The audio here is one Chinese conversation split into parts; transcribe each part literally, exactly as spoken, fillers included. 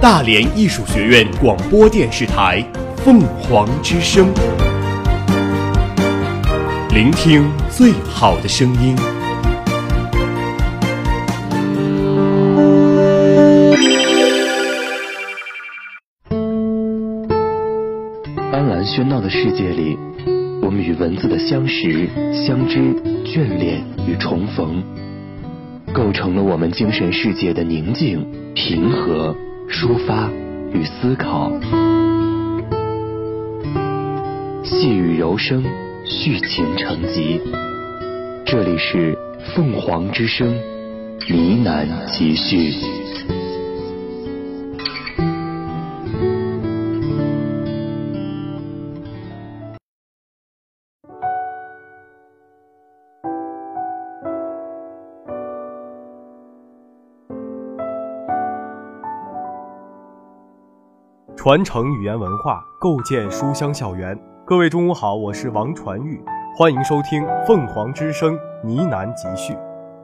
大连艺术学院广播电视台凤凰之声，聆听最好的声音。 斑斓喧闹的世界里，我们与文字的相识、相知、眷恋与重逢，构成了我们精神世界的宁静、平和、抒发与思考。细雨柔声，续情成集。这里是凤凰之声呢喃集序。 传承语言文化，构建书香校园。各位中午好，我是王传玉，欢迎收听凤凰之声呢喃集序。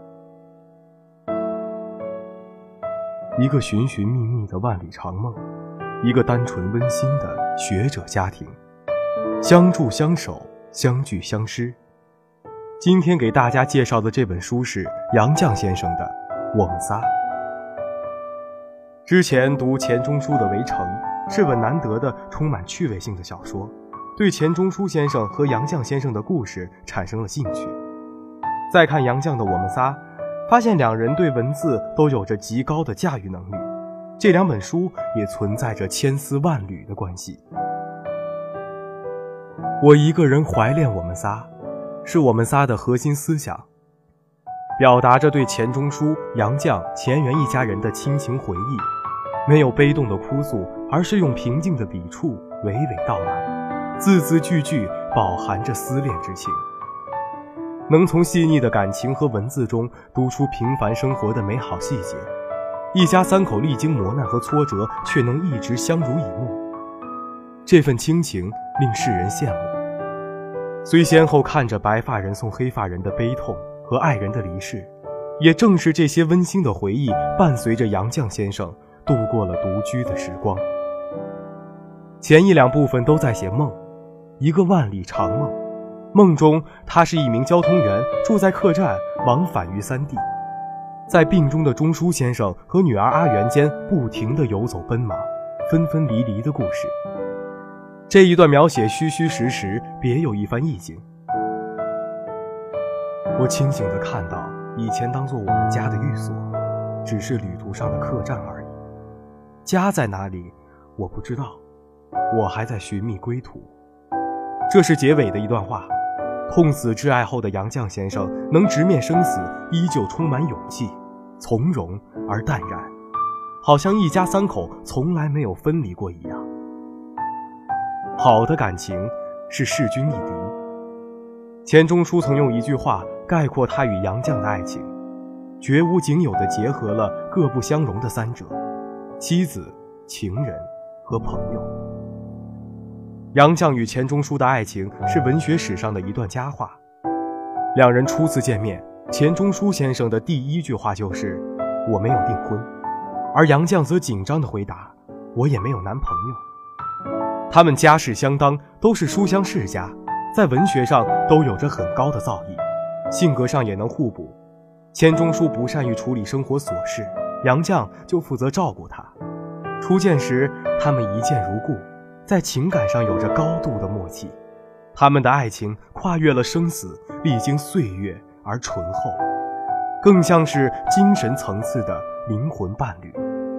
一个寻寻觅觅的万里长梦，一个单纯温馨的学者家庭，相助相守，相聚相识。今天给大家介绍的这本书是杨绛先生的《我们仨》。之前读钱钟书的《围城》，是本难得的充满趣味性的小说，对钱钟书先生和杨绛先生的故事产生了兴趣。再看杨绛的《我们仨》，发现两人对文字都有着极高的驾驭能力，这两本书也存在着千丝万缕的关系。我一个人怀恋我们仨，是我们仨的核心思想，表达着对钱钟书、杨绛、钱媛一家人的亲情回忆，没有悲动的哭诉，而是用平静的笔触娓娓道来，字字句句饱含着思恋之情，能从细腻的感情和文字中读出平凡生活的美好细节。一家三口历经磨难和挫折，却能一直相濡以沫，这份亲情令世人羡慕。虽先后看着白发人送黑发人的悲痛和爱人的离世，也正是这些温馨的回忆伴随着杨绛先生度过了独居的时光。前一两部分都在写梦，一个万里长梦。梦中他是一名交通员，住在客栈，往返于三地，在病中的钟书先生和女儿阿元间不停地游走奔忙，分分离离的故事。这一段描写虚虚实实，别有一番意境。我清醒地看到，以前当作我们家的寓所，只是旅途上的客栈而已。家在哪里，我不知道，我还在寻觅归途。这是结尾的一段话。痛死挚爱后的杨绛先生能直面生死，依旧充满勇气，从容而淡然，好像一家三口从来没有分离过一样。好的感情是势均力敌。钱钟书曾用一句话概括他与杨绛的爱情，绝无仅有地结合了各不相容的三者：妻子、情人和朋友。杨绛与钱钟书的爱情是文学史上的一段佳话。两人初次见面，钱钟书先生的第一句话就是“我没有订婚”，而杨绛则紧张地回答“我也没有男朋友”。他们家世相当，都是书香世家，在文学上都有着很高的造诣，性格上也能互补。钱钟书不善于处理生活琐事，杨绛就负责照顾他。初见时，他们一见如故，在情感上有着高度的默契。他们的爱情跨越了生死，历经岁月而醇厚，更像是精神层次的灵魂伴侣。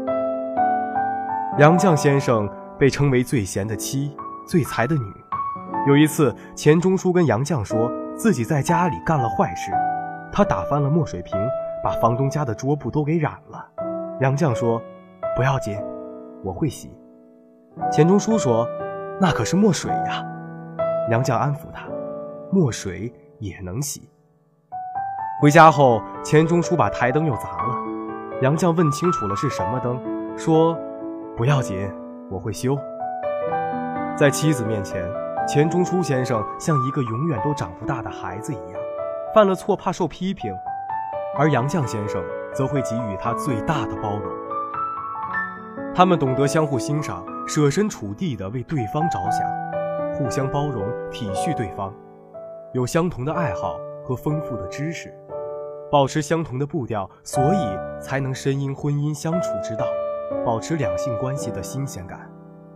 杨绛先生被称为最贤的妻，最才的女。有一次，钱钟书跟杨绛说自己在家里干了坏事，他打翻了墨水瓶，把房东家的桌布都给染了。杨绛说不要紧，我会洗。钱钟书说那可是墨水呀。杨绛安抚他，墨水也能洗。回家后，钱钟书把台灯又砸了。杨绛问清楚了是什么灯，说不要紧，我会修。在妻子面前，钱钟书先生像一个永远都长不大的孩子一样，犯了错怕受批评，而杨绛先生则会给予他最大的包容。 他们懂得相互欣赏，设身处地地为对方着想，互相包容体恤对方，有相同的爱好和丰富的知识，保持相同的步调，所以才能深谙婚姻相处之道，保持两性关系的新鲜感。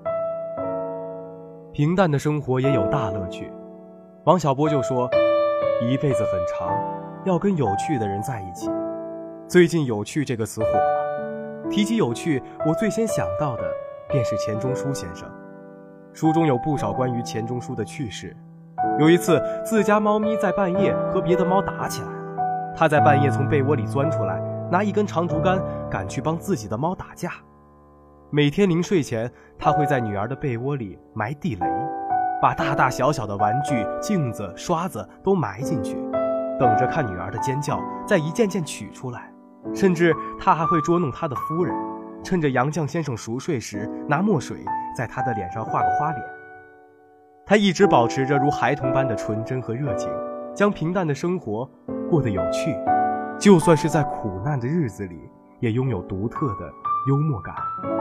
平淡的生活也有大乐趣。王小波就说，一辈子很长，要跟有趣的人在一起。最近有趣这个词火了，提起有趣，我最先想到的便是钱钟书先生。书中有不少关于钱钟书的趣事。有一次，自家猫咪在半夜和别的猫打起来了，他在半夜从被窝里钻出来，拿一根长竹竿赶去帮自己的猫打架。每天临睡前，他会在女儿的被窝里埋地雷，把大大小小的玩具、镜子、刷子都埋进去，等着看女儿的尖叫，再一件件取出来。甚至他还会捉弄他的夫人，趁着杨绛先生熟睡时，拿墨水在他的脸上画个花脸。他一直保持着如孩童般的纯真和热情，将平淡的生活过得有趣，就算是在苦难的日子里，也拥有独特的幽默感。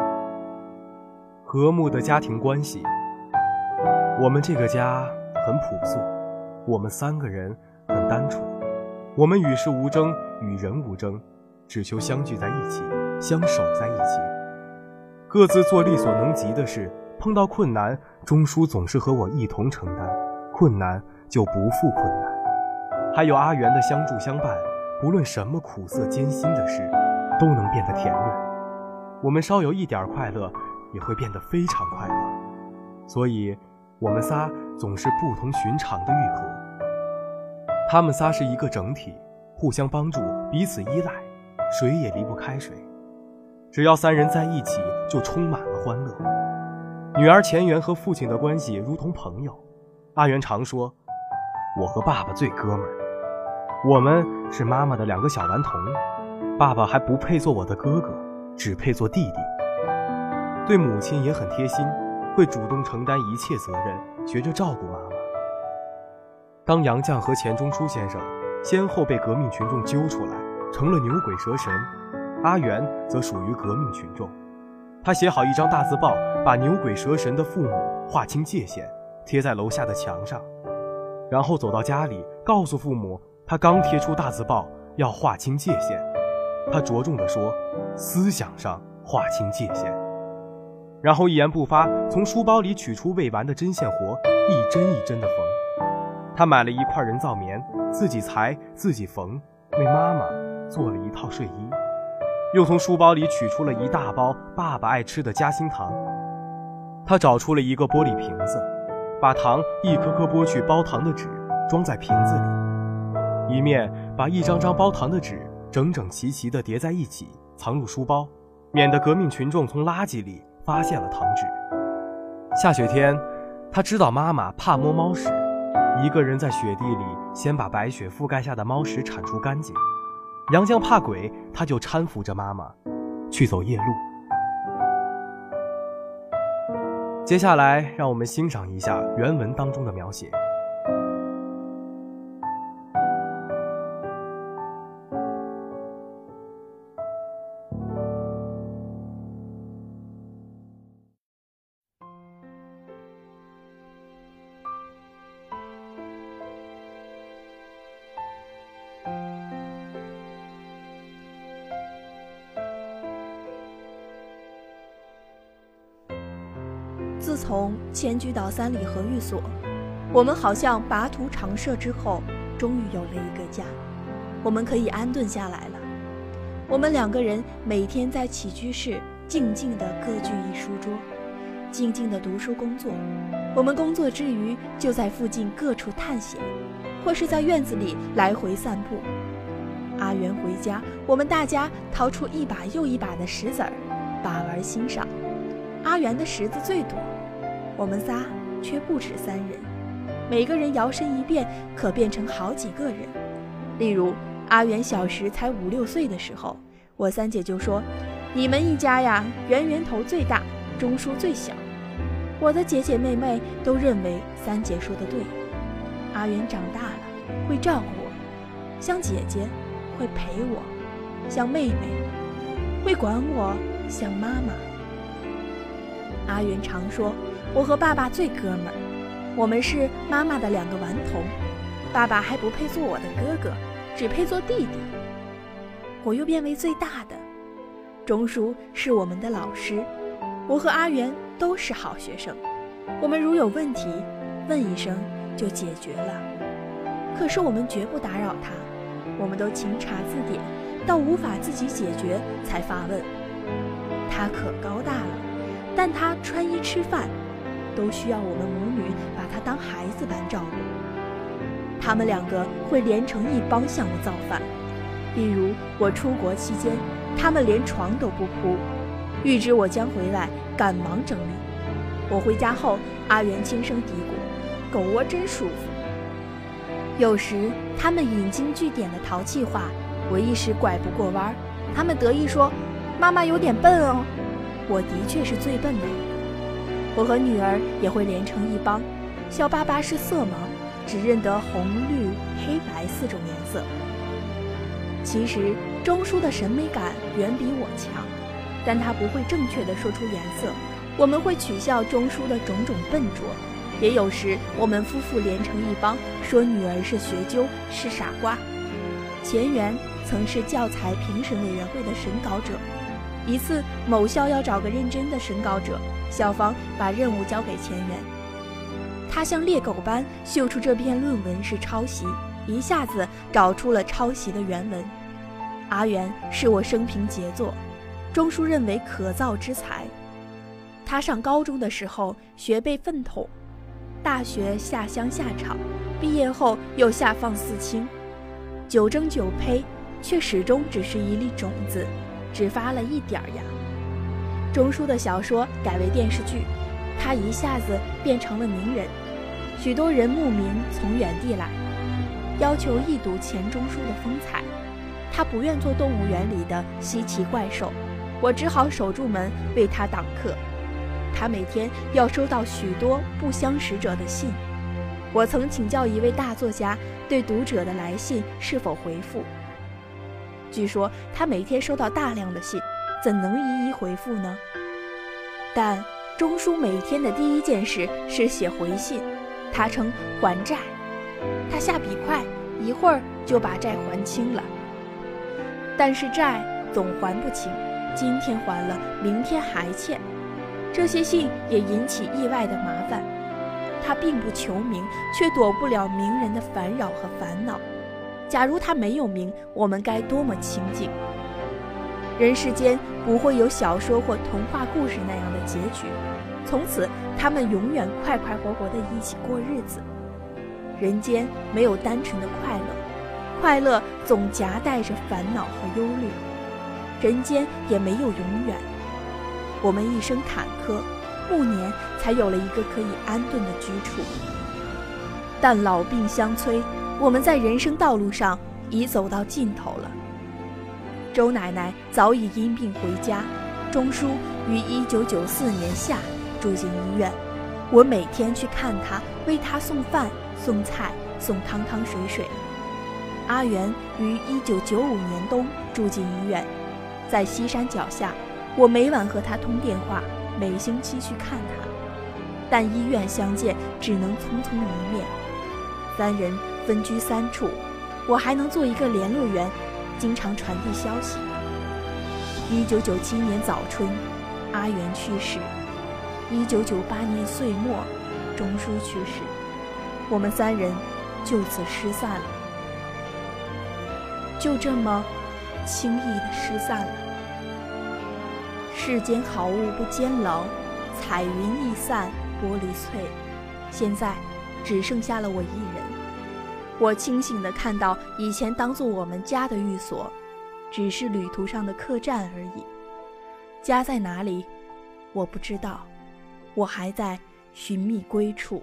和睦的家庭关系，我们这个家很朴素，我们三个人很单纯，我们与世无争，与人无争，只求相聚在一起，相守在一起，各自做力所能及的事。碰到困难，钟书总是和我一同承担，困难就不负困难。还有阿元的相助相伴，不论什么苦涩艰辛的事，都能变得甜蜜。我们稍有一点快乐，也会变得非常快乐。所以我们仨总是不同寻常的愈合。他们仨是一个整体，互相帮助，彼此依赖，谁也离不开谁。只要三人在一起，就充满了欢乐。女儿钱媛和父亲的关系如同朋友。阿元常说，我和爸爸最哥们儿，我们是妈妈的两个小顽童，爸爸还不配做我的哥哥，只配做弟弟。对母亲也很贴心，会主动承担一切责任，学着照顾妈妈。当杨绛和钱钟书先生先后被革命群众揪出来，成了牛鬼蛇神，阿元则属于革命群众。他写好一张大字报，把牛鬼蛇神的父母划清界限，贴在楼下的墙上，然后走到家里，告诉父母他刚贴出大字报，要划清界限。他着重地说，思想上划清界限。然后一言不发，从书包里取出未完的针线活，一针一针地缝。他买了一块人造棉，自己裁自己缝，为妈妈做了一套睡衣。又从书包里取出了一大包爸爸爱吃的夹心糖。他找出了一个玻璃瓶子，把糖一颗颗剥去包糖的纸，装在瓶子里，一面把一张张包糖的纸整整齐齐地叠在一起，藏入书包，免得革命群众从垃圾里发现了糖纸。下雪天，他知道妈妈怕摸猫屎，一个人在雪地里先把白雪覆盖下的猫屎铲除干净。杨绛怕鬼，他就搀扶着妈妈去走夜路。接下来让我们欣赏一下原文当中的描写。 自从迁居到三里河寓所，我们好像拔图长射之后，终于有了一个家，我们可以安顿下来了。我们两个人每天在起居室静静地各具一书桌，静静地读书工作。我们工作之余就在附近各处探险，或是在院子里来回散步。阿元回家，我们大家掏出一把又一把的石子儿，把玩欣赏。阿元的石子最多，我们仨却不止三人，每个人摇身一变，可变成好几个人。例如阿元小时才五六岁的时候，我三姐就说，你们一家呀，圆圆头最大，钟书最小。我的姐姐妹妹都认为三姐说的对。阿元长大了，会照顾我，像姐姐会陪我，像妹妹会管我，像妈妈阿元常说，我和爸爸最哥们儿，我们是妈妈的两个顽童，爸爸还不配做我的哥哥，只配做弟弟。我又变为最大的，钟叔是我们的老师，我和阿元都是好学生，我们如有问题，问一声就解决了。可是我们绝不打扰他，我们都勤查字典，到无法自己解决才发问。他可高大了，但他穿衣吃饭都需要我们母女把他当孩子般照顾。他们两个会连成一帮向我造反，例如我出国期间，他们连床都不铺，预知我将回来，赶忙整理。我回家后，阿元轻声嘀咕：“狗窝真舒服。”有时他们引经据典的淘气话，我一时拐不过弯儿。他们得意说：“妈妈有点笨哦。”我的确是最笨的。我和女儿也会连成一帮，小爸爸是色盲，只认得红、绿、黑白四种颜色。其实钟叔的审美感远比我强，但他不会正确地说出颜色。我们会取笑钟叔的种种笨拙，也有时我们夫妇连成一帮，说女儿是学究，是傻瓜。钱媛曾是教材评审委员会的审稿者，一次某校要找个认真的审稿者，校方把任务交给钱媛，他像猎狗般嗅出这篇论文是抄袭，一下子找出了抄袭的原文。阿元是我生平杰作，钟叔认为可造之才。他上高中的时候学背粪桶，大学下乡下厂，毕业后又下放四清，九蒸九胚，却始终只是一粒种子，只发了一点芽。钟叔的小说改为电视剧，他一下子变成了名人，许多人慕名从远地来，要求一睹钱钟书的风采。他不愿做动物园里的稀奇怪兽，我只好守住门为他挡客。他每天要收到许多不相识者的信，我曾请教一位大作家对读者的来信是否回复。据说他每天收到大量的信，怎能一一回复呢？但钟书每天的第一件事是写回信，他称还债。他下笔快，一会儿就把债还清了。但是债总还不清，今天还了，明天还欠。这些信也引起意外的麻烦。他并不求名，却躲不了名人的烦扰和烦恼。假如他没有名，我们该多么清静。人世间不会有小说或童话故事那样的结局，从此他们永远快快活活地一起过日子。人间没有单纯的快乐，快乐总夹带着烦恼和忧虑。人间也没有永远，我们一生坎坷，暮年才有了一个可以安顿的居处。但老病相催，我们在人生道路上已走到尽头了。周奶奶早已因病回家，钟书于一九九四年夏住进医院。我每天去看他，为他送饭、送菜、送汤汤水水。阿元于一九九五年冬住进医院，在西山脚下，我每晚和他通电话，每星期去看他。但医院相见只能匆匆一面，三人分居三处，我还能做一个联络员，经常传递消息。一九九七年早春，阿元去世；一九九八年岁末，钟书去世。我们三人就此失散了，就这么轻易地失散了。世间好物不坚牢，彩云易散玻璃碎。现在只剩下了我一人。我清醒地看到，以前当作我们家的寓所，只是旅途上的客栈而已。家在哪里，我不知道，我还在寻觅归处。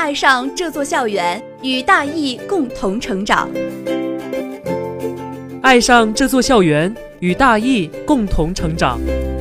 爱上这座校园，与大义共同成长。 爱上这座校园，与大义共同成长。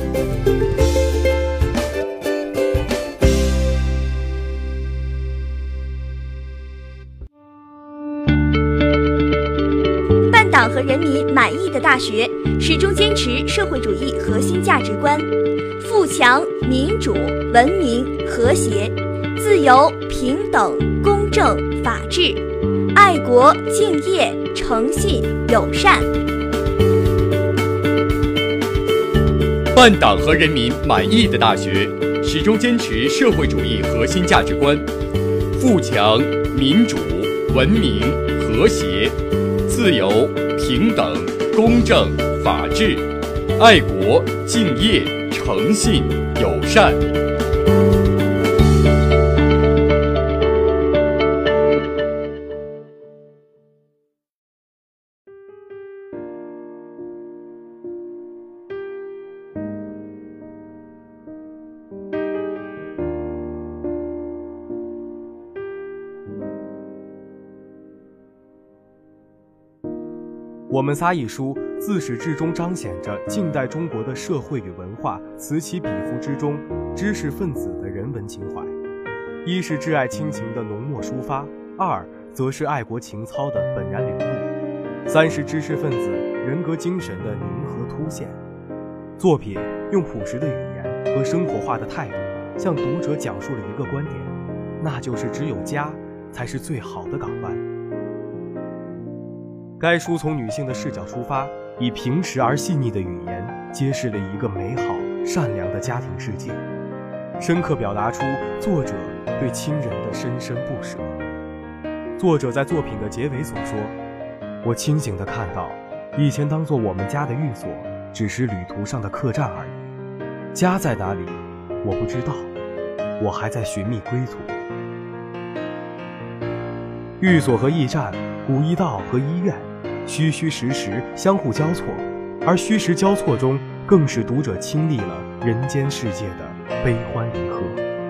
办党和人民满意的大学，始终坚持社会主义核心价值观：富强、民主、文明、和谐、自由、平等、公正、法治、爱国、敬业、诚信、友善。 办党和人民满意的大学，始终坚持社会主义核心价值观：富强、民主、文明、和谐、自由、平等、公正、法治、爱国、敬业、诚信、友善。 我们仨一书自始至终彰显着近代中国的社会与文化此起彼伏之中知识分子的人文情怀。一是挚爱亲情的浓墨抒发，二则是爱国情操的本然流露，三是知识分子人格精神的凝合凸显。作品用朴实的语言和生活化的态度向读者讲述了一个观点，那就是只有家才是最好的港湾。该书从女性的视角出发，以平实而细腻的语言揭示了一个美好善良的家庭世界，深刻表达出作者对亲人的深深不舍。作者在作品的结尾所说：我清醒地看到，以前当作我们家的寓所只是旅途上的客栈而已，家在哪里我不知道，我还在寻觅归途。寓所和驿站，古驿道和医院，虚虚实实相互交错，而虚实交错中更使读者亲历了人间世界的悲欢离合。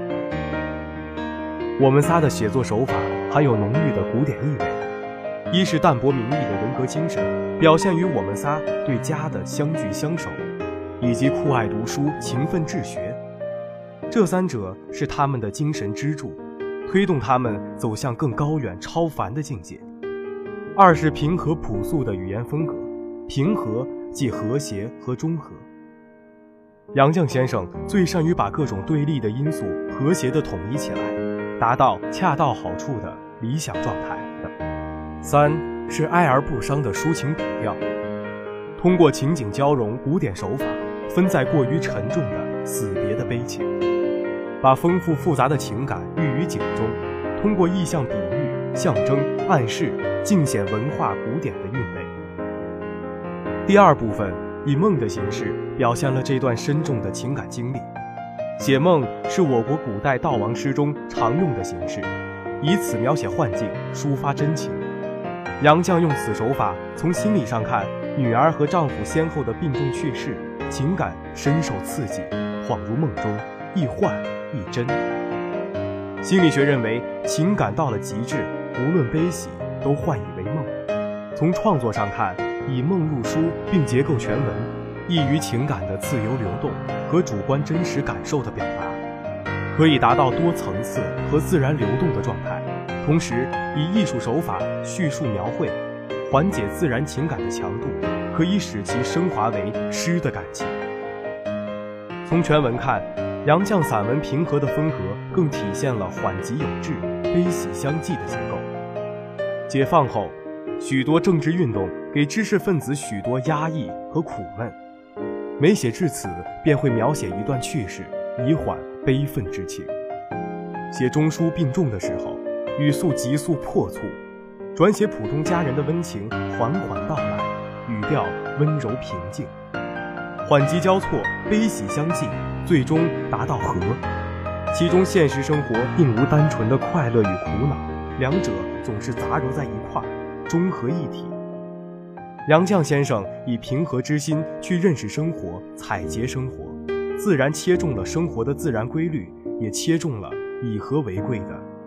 我们仨的写作手法含有浓郁的古典意味，一是淡泊名利的人格精神表现于我们仨对家的相聚相守，以及酷爱读书勤奋治学，这三者是他们的精神支柱，推动他们走向更高远超凡的境界。二是平和朴素的语言风格，平和即和谐和中和。杨绛先生最善于把各种对立的因素和谐地统一起来，达到恰到好处的理想状态。三是哀而不伤的抒情笔调，通过情景交融古典手法，分在过于沉重的死别的悲情，把丰富复杂的情感寓于景中，通过意象比喻、象征、暗示尽显文化古典的韵味。第二部分以梦的形式表现了这段深重的情感经历。写梦是我国古代悼亡诗中常用的形式，以此描写幻境，抒发真情。杨绛用此手法，从心理上看女儿和丈夫先后的病重去世，情感深受刺激，恍如梦中，亦幻亦真。心理学认为，情感到了极致，无论悲喜都幻以为梦。从创作上看，以梦入书并结构全文，易于情感的自由流动和主观真实感受的表达，可以达到多层次和自然流动的状态，同时以艺术手法叙述描绘，缓解自然情感的强度，可以使其升华为诗的感情。从全文看，杨绛散文平和的风格更体现了缓急有致、悲喜相继的结构。解放后，许多政治运动给知识分子许多压抑和苦闷，每写至此，便会描写一段趣事，以缓悲愤之情。写中枢病重的时候，语速急速破促，转写普通家人的温情缓缓到来，语调温柔平静，缓急交错，悲喜相继，最终达到和。其中现实生活并无单纯的快乐与苦恼，两者总是杂糅在一块儿，中和一体。杨绛先生以平和之心去认识生活，采撷生活，自然切中了生活的自然规律，也切中了以和为贵的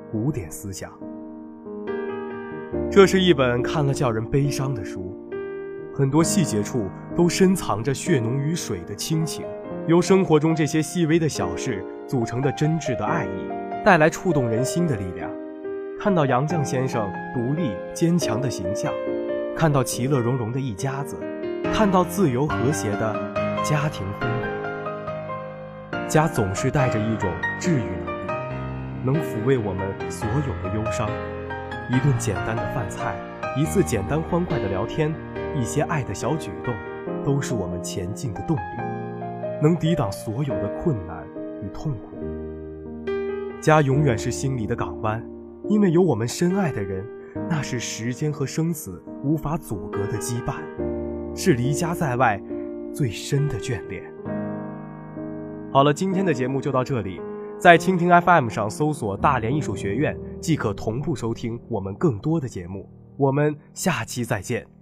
古典思想。这是一本看了叫人悲伤的书，很多细节处都深藏着血浓于水的亲情，由生活中这些细微的小事组成的真挚的爱意，带来触动人心的力量。看到杨绛先生独立坚强的形象，看到其乐融融的一家子，看到自由和谐的家庭氛围。家总是带着一种治愈能力，能抚慰我们所有的忧伤。一顿简单的饭菜，一次简单欢快的聊天，一些爱的小举动，都是我们前进的动力，能抵挡所有的困难与痛苦。家永远是心里的港湾，因为有我们深爱的人，那是时间和生死无法阻隔的羁绊，是离家在外最深的眷恋。好了，今天的节目就到这里，在蜻蜓 F M 上搜索大连艺术学院，即可同步收听我们更多的节目。我们下期再见。